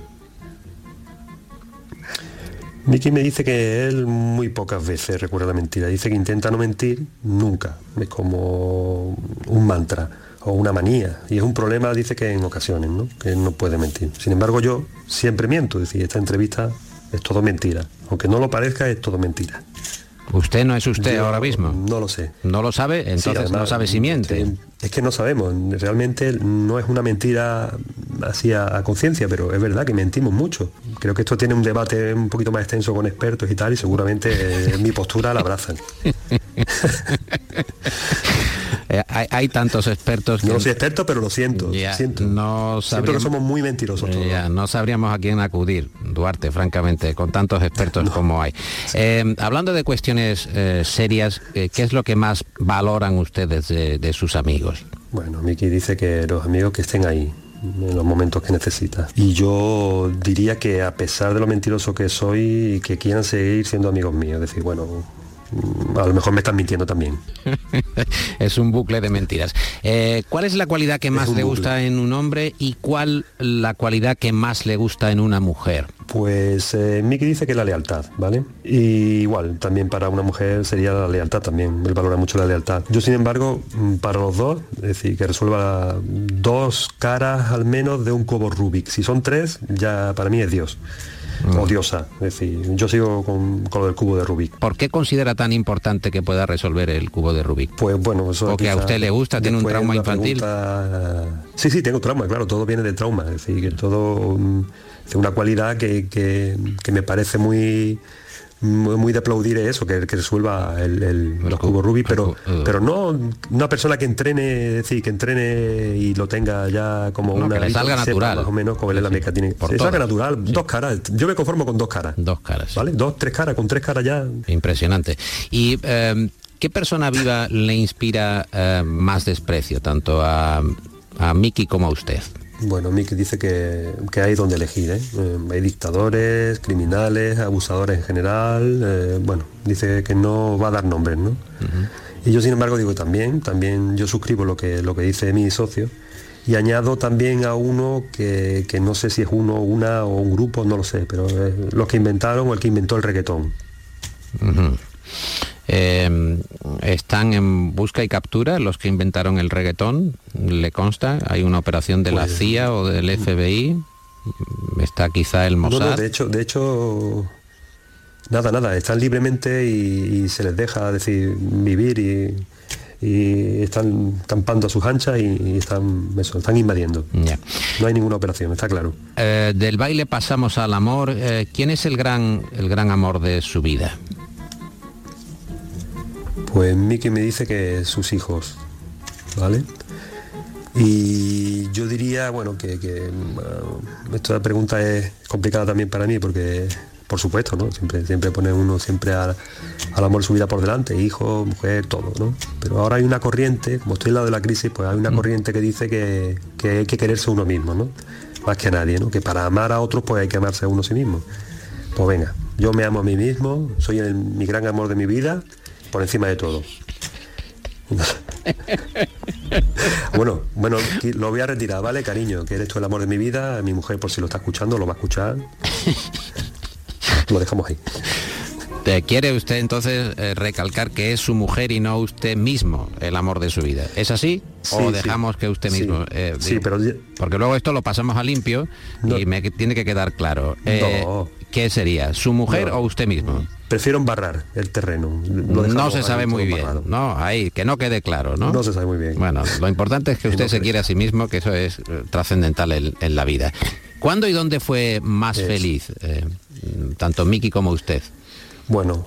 Miki me dice que él muy pocas veces recurre a la mentira. Dice que intenta no mentir nunca. Es como un mantra o una manía. Y es un problema, dice, que en ocasiones, ¿no? Que no puede mentir. Sin embargo, yo siempre miento. Es decir, esta entrevista es todo mentira. Aunque no lo parezca, es todo mentira. ¿Usted no es usted Yo ahora mismo? No lo sé. ¿No lo sabe? Entonces sí, además, no sabe si miente. Es que no sabemos. Realmente no es una mentira así a, a conciencia, pero es verdad que mentimos mucho. Creo que esto tiene un debate un poquito más extenso con expertos y tal, y seguramente eh, mi postura la abrazan. eh, hay, hay tantos expertos que... No soy experto, pero lo siento. Ya, siento. No sabríamos, siento que somos muy mentirosos todos. Ya, no sabríamos a quién acudir, Duarte, francamente, con tantos expertos no. como hay. Sí. Eh, hablando de cuestiones eh, serias, eh, ¿qué es lo que más valoran ustedes de, de sus amigos? Bueno, Miki dice que los amigos que estén ahí en los momentos que necesita. Y yo diría que a pesar de lo mentiroso que soy, que quieran seguir siendo amigos míos. Es decir, bueno, a lo mejor me están mintiendo también. Es un bucle de mentiras. Eh, ¿Cuál es la cualidad que más le gusta bucle. en un hombre y cuál la cualidad que más le gusta en una mujer? Pues eh, Miki dice que la lealtad, ¿vale? Y igual, también para una mujer sería la lealtad también, él valora mucho la lealtad. Yo, sin embargo, para los dos, es decir, que resuelva dos caras al menos de un cubo Rubik. Si son tres, ya para mí es Dios. Mm. O diosa, es decir, yo sigo con, con lo del cubo de Rubik. ¿Por qué considera tan importante que pueda resolver el cubo de Rubik? Pues bueno, eso o que a usted le gusta, tiene un trauma infantil. Pregunta... Sí, sí, tengo trauma, claro, todo viene de trauma, es decir, que todo es una cualidad que, que, que me parece muy muy, muy de aplaudir eso, que, que resuelva el, el, los cubos Rubik, pero, uh, pero no una persona que entrene, es decir, que entrene y lo tenga ya como no, una... Que le salga natural. Más o menos como sí, es la mecánica. Tiene, que salga natural, sí. Dos caras. Yo me conformo con dos caras. Dos caras. ¿Vale? Dos, tres caras, con tres caras ya... Impresionante. Y... Eh, ¿qué persona viva le inspira eh, más desprecio, tanto a, a Miki como a usted? Bueno, Miki dice que, que hay donde elegir, ¿eh? Eh, hay dictadores, criminales, abusadores en general, eh, bueno, dice que no va a dar nombres, ¿no? Uh-huh. Y yo, sin embargo, digo también, también yo suscribo lo que, lo que dice mi socio y añado también a uno que, que no sé si es uno, una o un grupo, no lo sé, pero eh, los que inventaron o el que inventó el reggaetón. Uh-huh. Eh, están en busca y captura los que inventaron el reggaetón, ¿le consta? ¿Hay una operación de pues, la C I A o del F B I? ¿Está quizá el Mossad? No, no, de hecho, de hecho nada, nada, están libremente y, y se les deja decir vivir y, y están campando a sus anchas y, y están, eso, están invadiendo. Yeah. No hay ninguna operación, está claro. Eh, del baile pasamos al amor. Eh, ¿Quién es el gran, el gran amor de su vida? Pues Miki me dice que sus hijos, ¿vale? Y yo diría, bueno, que, que uh, esta pregunta es complicada también para mí porque, por supuesto, ¿no? Siempre, siempre pone uno siempre al, al amor de su vida por delante, hijo, mujer, todo, ¿no? Pero ahora hay una corriente, como estoy al lado de la crisis, pues hay una corriente que dice que, que hay que quererse uno mismo, ¿no? Más que a nadie, ¿no? Que para amar a otros pues hay que amarse a uno sí mismo. Pues venga, yo me amo a mí mismo, soy el, mi gran amor de mi vida, por encima de todo. bueno, bueno, lo voy a retirar, ¿vale, cariño? Que eres tú el amor de mi vida, mi mujer, por si lo está escuchando, lo va a escuchar. Lo dejamos ahí. ¿Te quiere usted entonces eh, recalcar que es su mujer y no usted mismo el amor de su vida? ¿Es así? Sí, ¿O sí. dejamos que usted mismo? Sí, eh, sí, digo, pero... Porque luego esto lo pasamos a limpio No. y me tiene que quedar claro. Eh, No. ¿Qué sería? ¿Su mujer No. o usted mismo? Prefiero embarrar el terreno. Lo No dejamos se ahí sabe todo muy bien, embarrado. ¿no? Ahí, que no quede claro, ¿no? No se sabe muy bien. Bueno, lo importante es que usted No se creo. quiere a sí mismo, que eso es eh, trascendental en, en la vida. ¿Cuándo y dónde fue más Es. feliz, eh, tanto Miki como usted? Bueno,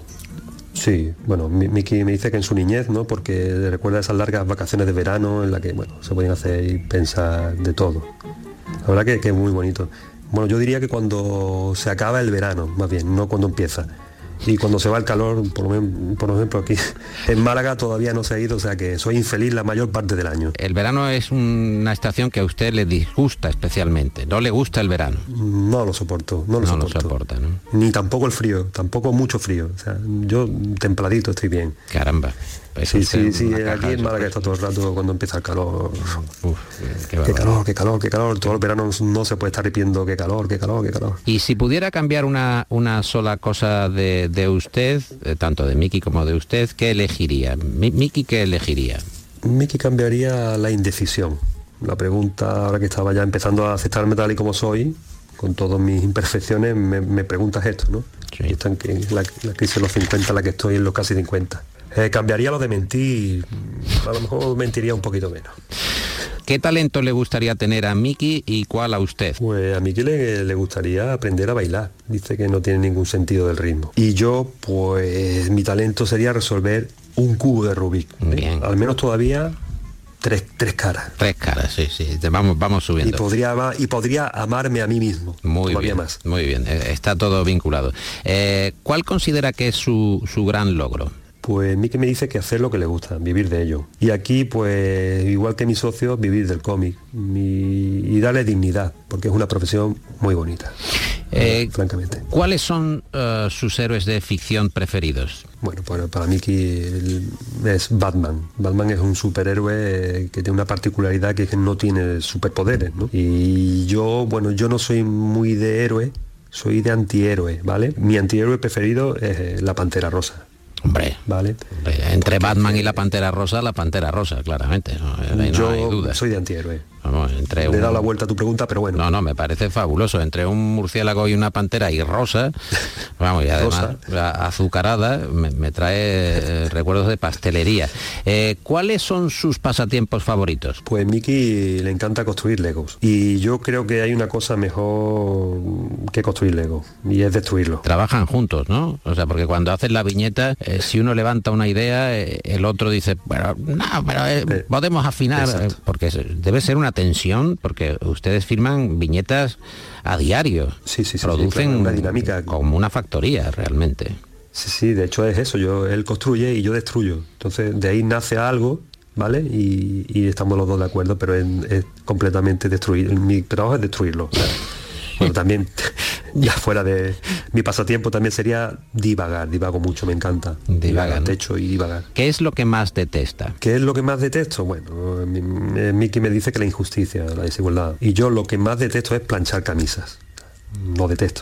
sí, bueno, Mi- Miki me dice que en su niñez, ¿no? Porque recuerda esas largas vacaciones de verano en las que, bueno, se podían hacer y pensar de todo. La verdad que, que es muy bonito. Bueno, yo diría que cuando se acaba el verano, más bien, no cuando empieza. Y cuando se va el calor, por, lo men- por ejemplo aquí en Málaga todavía no se ha ido, o sea que soy infeliz la mayor parte del año. El verano es una estación que a usted le disgusta especialmente, no le gusta el verano. No lo soporto, no lo No lo soporto. soporta, ¿no? Ni tampoco el frío, tampoco mucho frío. O sea, yo templadito estoy bien. Caramba. Es Sí, usted sí, sí, una caja aquí de en Málaga sorpresas. está todo el rato cuando empieza el calor. Uf, qué Qué barbaridad. calor, qué calor, qué calor. Todo el verano no se puede estar ripiendo qué calor, qué calor, qué calor. Y si pudiera cambiar una, una sola cosa de, de usted, eh, tanto de Miki como de usted, ¿qué elegiría? Mi- Miki, ¿qué elegiría? Miki cambiaría la indecisión. La pregunta, ahora que estaba ya empezando a aceptarme tal y como soy, con todas mis imperfecciones, me, me preguntas esto, ¿no? Sí. Y esta en que- la, la crisis de los cincuenta, la que estoy en los casi cincuenta. Eh, cambiaría lo de mentir, a lo mejor mentiría un poquito menos. ¿Qué talento le gustaría tener a Miki y cuál a usted? Pues a Miki le, le gustaría aprender a bailar. Dice que no tiene ningún sentido del ritmo. Y yo, pues mi talento sería resolver un cubo de Rubik. ¿eh? Bien. Al menos todavía tres, tres caras. Tres caras, sí, sí, te vamos, vamos Y subiendo. podría, ama- y podría amarme a mí mismo. Muy todavía bien, más. muy bien, eh, está todo vinculado. Eh, ¿Cuál considera que es su, su gran logro? Pues Miki me dice que hacer lo que le gusta, vivir de ello. Y aquí, pues, igual que mis socios, vivir del cómic mi- y darle dignidad, porque es una profesión muy bonita, Eh, francamente. ¿Cuáles son eh, sus héroes de ficción preferidos? Bueno, pues para Miki el- es Batman. Batman es un superhéroe eh, que tiene una particularidad que es que no tiene superpoderes, ¿no? Y yo, bueno, yo no soy muy de héroe, soy de antihéroe, ¿vale? Mi antihéroe preferido es eh, la Pantera Rosa. Hombre, ¿Vale? hombre, entre Batman y la Pantera Rosa, la Pantera Rosa, claramente, no, ahí no yo hay duda. soy de antihéroe. Vamos, entre Le he un- dado la vuelta a tu pregunta, pero bueno. No, no, me parece fabuloso. Entre un murciélago y una pantera y rosa, vamos, y además a- azucarada, me, me trae eh, recuerdos de pastelería. Eh, ¿Cuáles son sus pasatiempos favoritos? Pues Miki le encanta construir Legos. Y yo creo que hay una cosa mejor que construir Legos, y es destruirlos. Trabajan juntos, ¿no? O sea, porque cuando hacen la viñeta, eh, si uno levanta una idea, eh, el otro dice, bueno, no, pero eh, Eh, podemos afinar, exacto. eh, porque se- debe ser una tensión, porque ustedes firman viñetas a diario. Sí, sí, sí, sí, producen claro, una dinámica. como una factoría, realmente. Sí, sí, de hecho es eso, yo él construye y yo destruyo. Entonces de ahí nace algo, ¿vale? Y, y estamos los dos de acuerdo, pero es, es completamente destruir. Mi trabajo es destruirlo. O sea, bueno, también, ya fuera de... Mi pasatiempo también sería divagar, divago mucho, me encanta. Divagar, ¿no? techo y divagar. ¿Qué es lo que más detesta? ¿Qué es lo que más detesto? Bueno, mi- mi- Miki me dice que la injusticia, la desigualdad. Y yo lo que más detesto es planchar camisas. Lo detesto.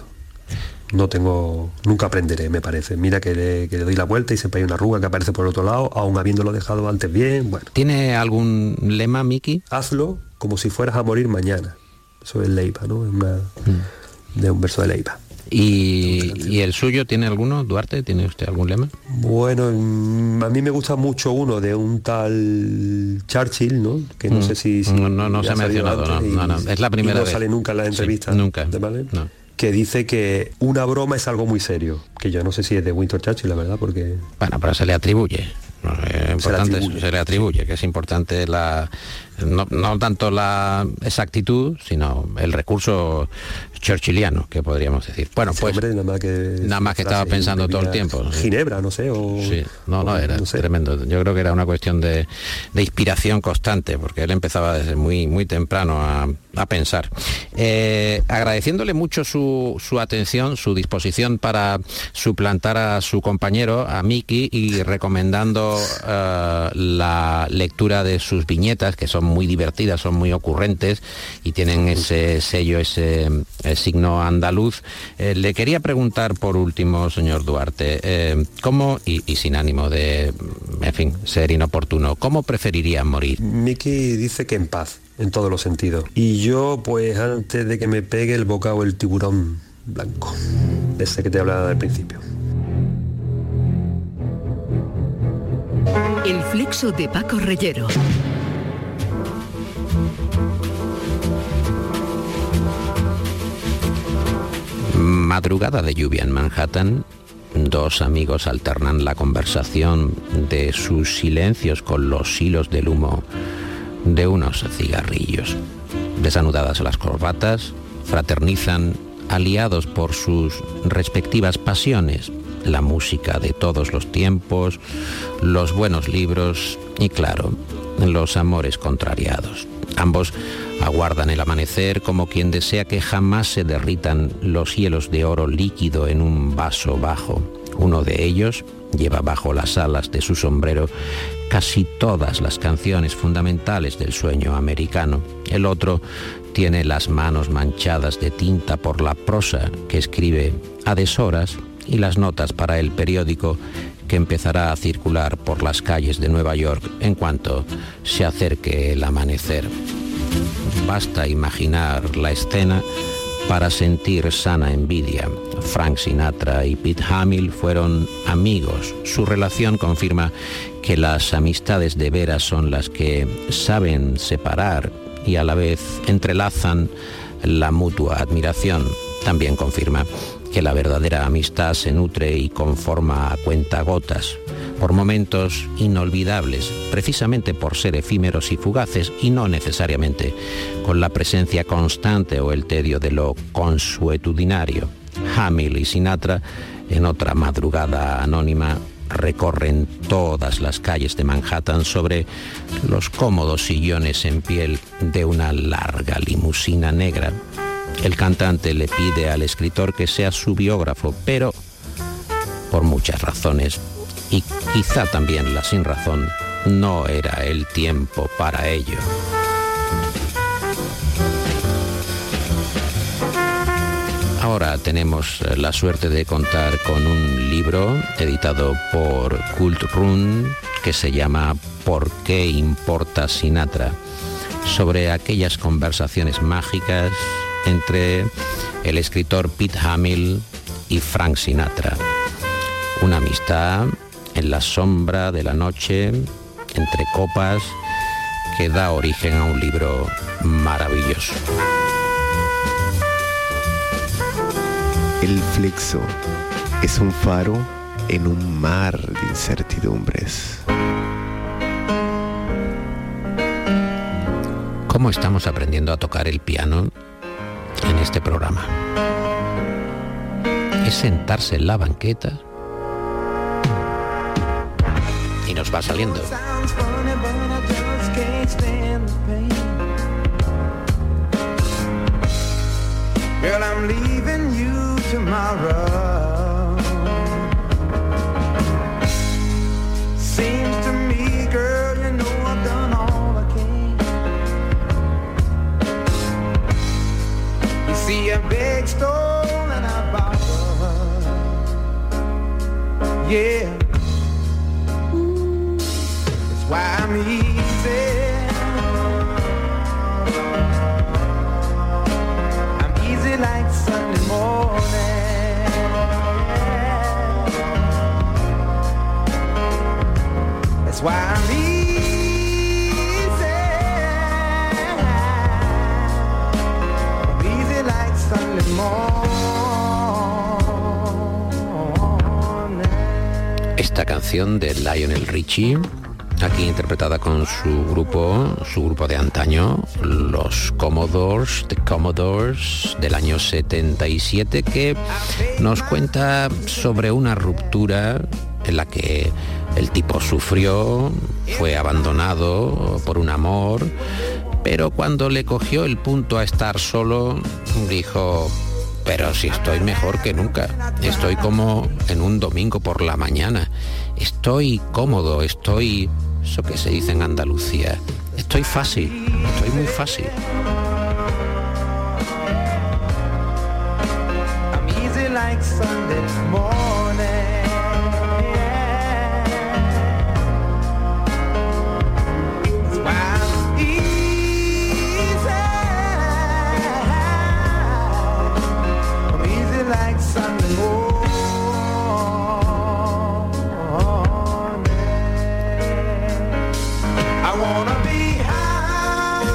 No tengo... Nunca aprenderé, me parece. Mira que le, que le doy la vuelta y siempre hay una arruga que aparece por el otro lado, aun habiéndolo dejado antes bien. Bueno, ¿Tiene algún lema, Miki? hazlo como si fueras a morir mañana. Eso es Leiva, ¿no? Es una, de un verso de Leiva. ¿Y, y el suyo tiene alguno, Duarte? ¿Tiene usted algún lema? Bueno, mm, a mí me gusta mucho uno de un tal Churchill, ¿no? Que no Mm. sé si... si No, no, no ya se ha salido mencionado, antes no, y- no, no, es la y primera no vez. sale nunca en la Sí, entrevista. nunca. ¿vale? No. Que dice que una broma es algo muy serio. Que yo no sé si es de Winston Churchill, la verdad, porque... Bueno, pero se le atribuye. No, es importante, atribuye. se le atribuye, que es importante la no, no tanto la exactitud, sino el recurso churchilliano, que podríamos decir. Bueno, ese pues hombre nada más que... nada más que estaba frase, pensando todo el bebía tiempo. sí. Ginebra, no sé, o... Sí, no, no, o era no sé. tremendo. Yo creo que era una cuestión de, de inspiración constante, porque él empezaba desde muy, muy temprano a, a pensar. Eh, agradeciéndole mucho su, su atención, su disposición para suplantar a su compañero, a Miki, y recomendando eh, la lectura de sus viñetas, que son son muy divertidas, son muy ocurrentes y tienen ese sello, ese, ese signo andaluz. Eh, le quería preguntar por último, señor Duarte, eh, ¿cómo, y, y sin ánimo de, en fin, ser inoportuno, ¿cómo preferiría morir? Miki dice que en paz, en todos los sentidos. Y yo, pues antes de que me pegue el bocado el tiburón blanco, ese que te hablaba al principio. El flexo de Paco Reyero. Madrugada de lluvia en Manhattan. Dos amigos alternan la conversación de sus silencios con los hilos del humo de unos cigarrillos. Desanudadas las corbatas, fraternizan, aliados por sus respectivas pasiones, la música de todos los tiempos, los buenos libros y, claro, los amores contrariados. Ambos aguardan el amanecer como quien desea que jamás se derritan los hielos de oro líquido en un vaso bajo. Uno de ellos lleva bajo las alas de su sombrero casi todas las canciones fundamentales del sueño americano. El otro tiene las manos manchadas de tinta por la prosa que escribe a deshoras y las notas para el periódico que empezará a circular por las calles de Nueva York en cuanto se acerque el amanecer. Basta imaginar la escena para sentir sana envidia. Frank Sinatra y Pete Hamill fueron amigos. Su relación confirma que las amistades de veras son las que saben separar y a la vez entrelazan la mutua admiración. También confirma que la verdadera amistad se nutre y conforma a cuentagotas, por momentos inolvidables, precisamente por ser efímeros y fugaces y no necesariamente con la presencia constante o el tedio de lo consuetudinario. Hamill y Sinatra, en otra madrugada anónima, recorren todas las calles de Manhattan sobre los cómodos sillones en piel de una larga limusina negra. El cantante le pide al escritor que sea su biógrafo, pero por muchas razones, y quizá también la sin razón, no era el tiempo para ello. Ahora tenemos la suerte de contar con un libro editado por Cult Run que se llama ¿Por qué importa Sinatra?, sobre aquellas conversaciones mágicas entre el escritor Pete Hamill y Frank Sinatra. Una amistad en la sombra de la noche, entre copas, que da origen a un libro maravilloso. El flexo es un faro en un mar de incertidumbres. ¿Cómo estamos aprendiendo a tocar el piano en este programa? Es sentarse en la banqueta y nos va saliendo. Girl, I'm leaving you tomorrow. Seems to me, girl, you know I've done all I can. You see a big stone and I borrow. Yeah. Ooh, that's why I'm easy. Like Sunday morning. That's why I'm easy. I'm easy like Sunday morning. Esta canción de Lionel Richie, aquí interpretada con su grupo, su grupo de antaño, los Commodores, The Commodores, del año setenta y siete, que nos cuenta sobre una ruptura en la que el tipo sufrió, fue abandonado por un amor, pero cuando le cogió el punto a estar solo, dijo: pero si estoy mejor que nunca, estoy como en un domingo por la mañana, estoy cómodo, estoy, eso que se dice en Andalucía, estoy fácil, estoy muy fácil. I'm easy like Sunday morning. That's why I'm easy. I'm easy like Sunday morning. I wanna be high,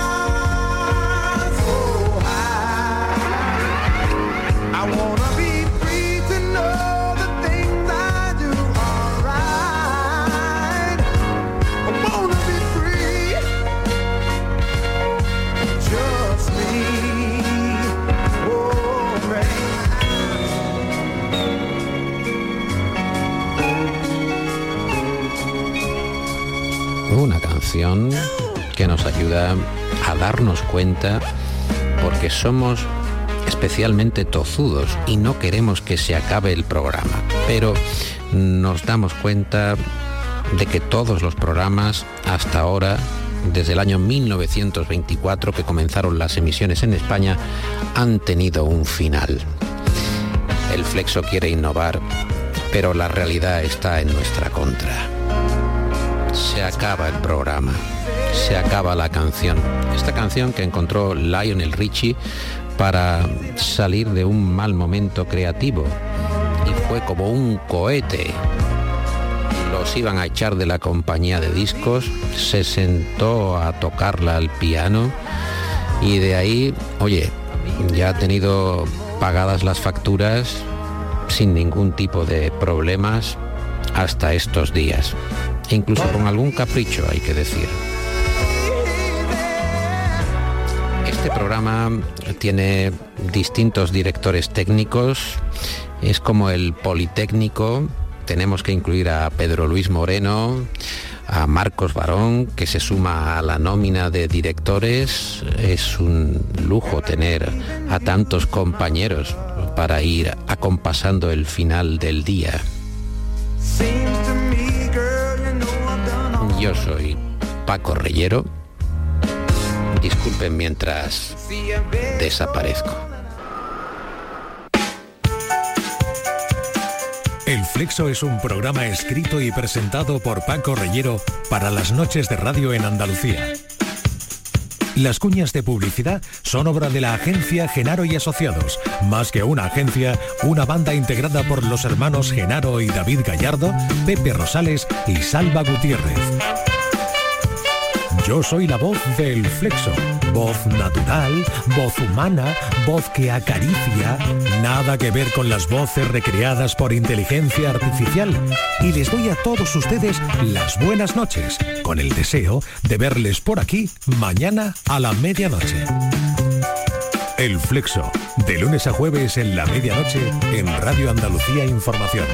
so high. I wanna be free to know the things I do are right. I wanna be free, just me, oh Una canción que nos ayuda a darnos cuenta, porque somos especialmente tozudos y no queremos que se acabe el programa, pero nos damos cuenta de que todos los programas hasta ahora, desde el año mil novecientos veinticuatro que comenzaron las emisiones en España, han tenido un final. El Flexo quiere innovar, pero la realidad está en nuestra contra. Se acaba el programa, se acaba la canción. Esta canción que encontró Lionel Richie para salir de un mal momento creativo, y fue como un cohete. Los iban a echar de la compañía de discos, se sentó a tocarla al piano y de ahí, oye, ya ha tenido pagadas las facturas sin ningún tipo de problemas hasta estos días. Incluso con algún capricho, hay que decir. Este programa tiene distintos directores técnicos, es como el Politécnico. Tenemos que incluir a Pedro Luis Moreno, a Marcos Barón, que se suma a la nómina de directores. Es un lujo tener a tantos compañeros para ir acompasando el final del día. Yo soy Paco Reyero. Disculpen mientras desaparezco. El Flexo es un programa escrito y presentado por Paco Reyero para las noches de radio en Andalucía. Las cuñas de publicidad son obra de la agencia Genaro y Asociados. Más que una agencia, una banda integrada por los hermanos Genaro y David Gallardo, Pepe Rosales y Salva Gutiérrez. Yo soy la voz del Flexo, voz natural, voz humana, voz que acaricia, nada que ver con las voces recreadas por inteligencia artificial. Y les doy a todos ustedes las buenas noches, con el deseo de verles por aquí mañana a la medianoche. El Flexo, de lunes a jueves en la medianoche en Radio Andalucía Información.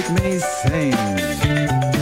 make me sing.